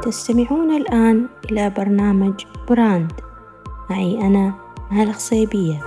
تستمعون الآن إلى برنامج براند معي أنا مها الخصيبية.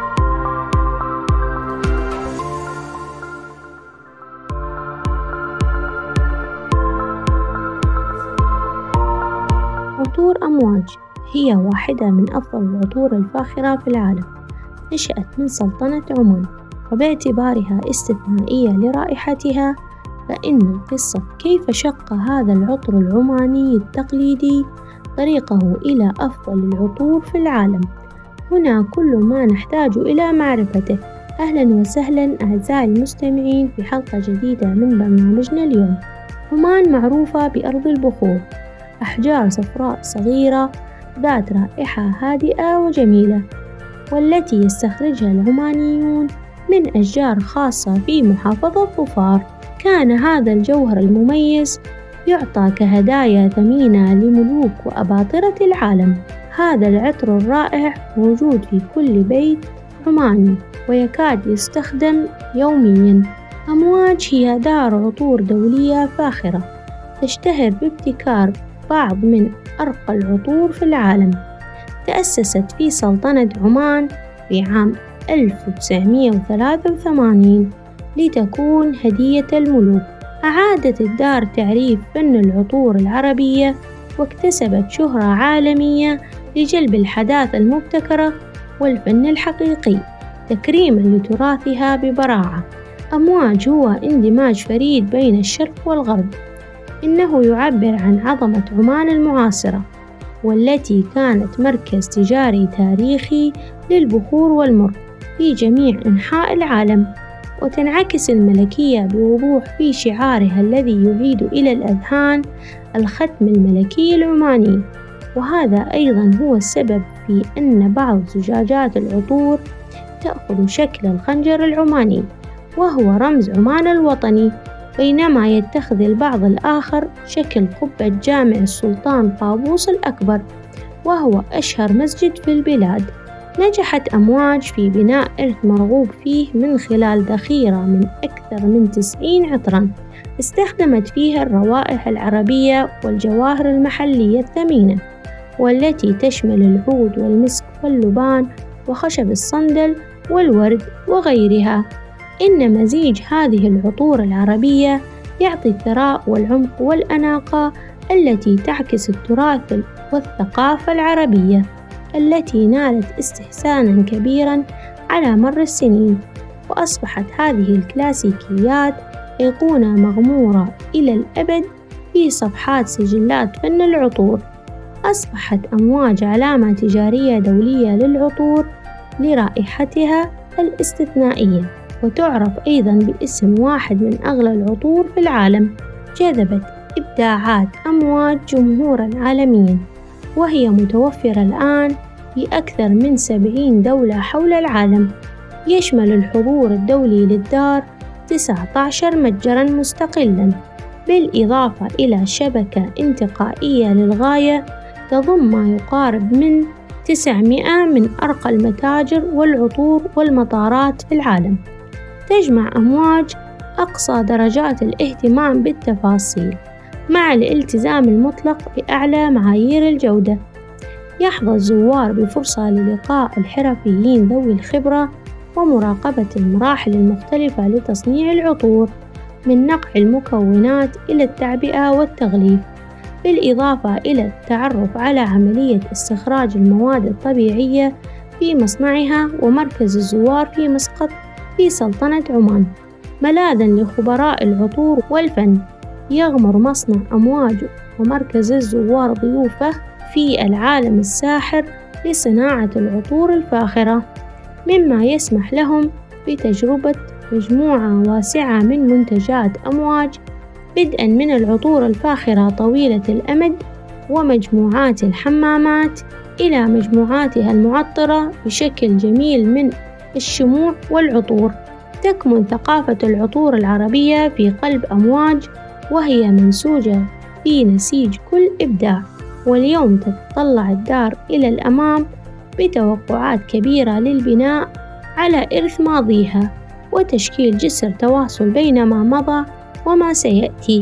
عطور أمواج هي واحدة من أفضل العطور الفاخرة في العالم، نشأت من سلطنة عمان، وباعتبارها استثنائية لرائحتها فإن قصة كيف شق هذا العطر العماني التقليدي طريقه إلى أفضل العطور في العالم هنا كل ما نحتاج إلى معرفته. أهلا وسهلا أعزائي المستمعين في حلقة جديدة من برنامجنا اليوم. عمان معروفة بأرض البخور، أحجار صفراء صغيرة ذات رائحة هادئة وجميلة، والتي يستخرجها العمانيون من أشجار خاصة في محافظة ظفار. كان هذا الجوهر المميز يعطى كهدايا ثمينة لملوك وأباطرة العالم. هذا العطر الرائع موجود في كل بيت عماني ويكاد يستخدم يوميا. أمواج هي دار عطور دولية فاخرة تشتهر بابتكار بعض من أرقى العطور في العالم. تأسست في سلطنة عمان في عام 1983 لتكون هدية الملوك. أعادت الدار تعريف فن العطور العربية واكتسبت شهرة عالمية لجلب الحداثة المبتكرة والفن الحقيقي تكريما لتراثها ببراعة. أمواج هو اندماج فريد بين الشرق والغرب، إنه يعبر عن عظمة عمان المعاصرة والتي كانت مركز تجاري تاريخي للبخور والمر في جميع أنحاء العالم، وتنعكس الملكية بوضوح في شعارها الذي يعيد إلى الأذهان الختم الملكي العماني. وهذا أيضا هو السبب في أن بعض زجاجات العطور تأخذ شكل الخنجر العماني وهو رمز عمان الوطني، بينما يتخذ البعض الآخر شكل قبة جامع السلطان قابوس الأكبر وهو أشهر مسجد في البلاد. نجحت أمواج في بناء إرث مرغوب فيه من خلال ذخيرة من أكثر من 90 عطرا استخدمت فيها الروائح العربية والجواهر المحلية الثمينة، والتي تشمل العود والمسك واللبان وخشب الصندل والورد وغيرها. إن مزيج هذه العطور العربية يعطي الثراء والعمق والأناقة التي تعكس التراث والثقافة العربية التي نالت استحسانا كبيرا على مر السنين، وأصبحت هذه الكلاسيكيات أيقونة مغمورة إلى الأبد في صفحات سجلات فن العطور. أصبحت أمواج علامة تجارية دولية للعطور لرائحتها الاستثنائية، وتعرف أيضا باسم واحد من أغلى العطور في العالم. جذبت إبداعات أمواج جمهورا عالميا، وهي متوفرة الآن في أكثر من 70 دولة حول العالم. يشمل الحضور الدولي للدار 19 متجرا مستقلا، بالإضافة إلى شبكة انتقائية للغاية تضم ما يقارب من 900 من أرقى المتاجر والعطور والمطارات في العالم. تجمع أمواج أقصى درجات الاهتمام بالتفاصيل مع الالتزام المطلق بأعلى معايير الجودة. يحظى الزوار بفرصة للقاء الحرفيين ذوي الخبرة ومراقبة المراحل المختلفة لتصنيع العطور، من نقع المكونات إلى التعبئة والتغليف، بالإضافة إلى التعرف على عملية استخراج المواد الطبيعية في مصنعها. ومركز الزوار في مسقط في سلطنة عمان ملاذا لخبراء العطور والفن. يغمر مصنع أمواج ومركز الزوار ضيوفه في العالم الساحر لصناعة العطور الفاخرة، مما يسمح لهم بتجربة مجموعة واسعة من منتجات أمواج، بدءا من العطور الفاخرة طويلة الأمد ومجموعات الحمامات إلى مجموعاتها المعطرة بشكل جميل من الشموع والعطور. تكمن ثقافة العطور العربية في قلب أمواج، وهي منسوجة في نسيج كل إبداع. واليوم تتطلع الدار إلى الأمام بتوقعات كبيرة للبناء على إرث ماضيها وتشكيل جسر تواصل بين ما مضى وما سيأتي.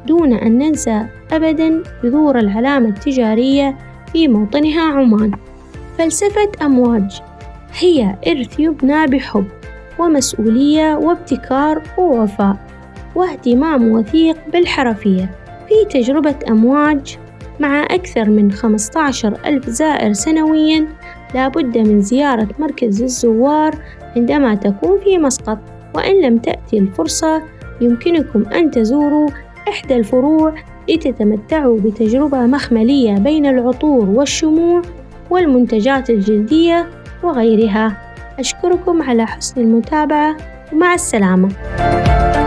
دون أن ننسى أبداً بذور العلامة التجارية في موطنها عمان. فلسفة أمواج هي إرث يبنى بحب ومسؤولية وابتكار ووفاء واهتمام وثيق بالحرفية. في تجربة أمواج مع أكثر من 15,000 زائر سنوياً، لابد من زيارة مركز الزوار عندما تكون في مسقط. وإن لم تأتي الفرصة يمكنكم أن تزوروا إحدى الفروع لتتمتعوا بتجربة مخملية بين العطور والشموع والمنتجات الجلدية وغيرها. أشكركم على حسن المتابعة ومع السلامة.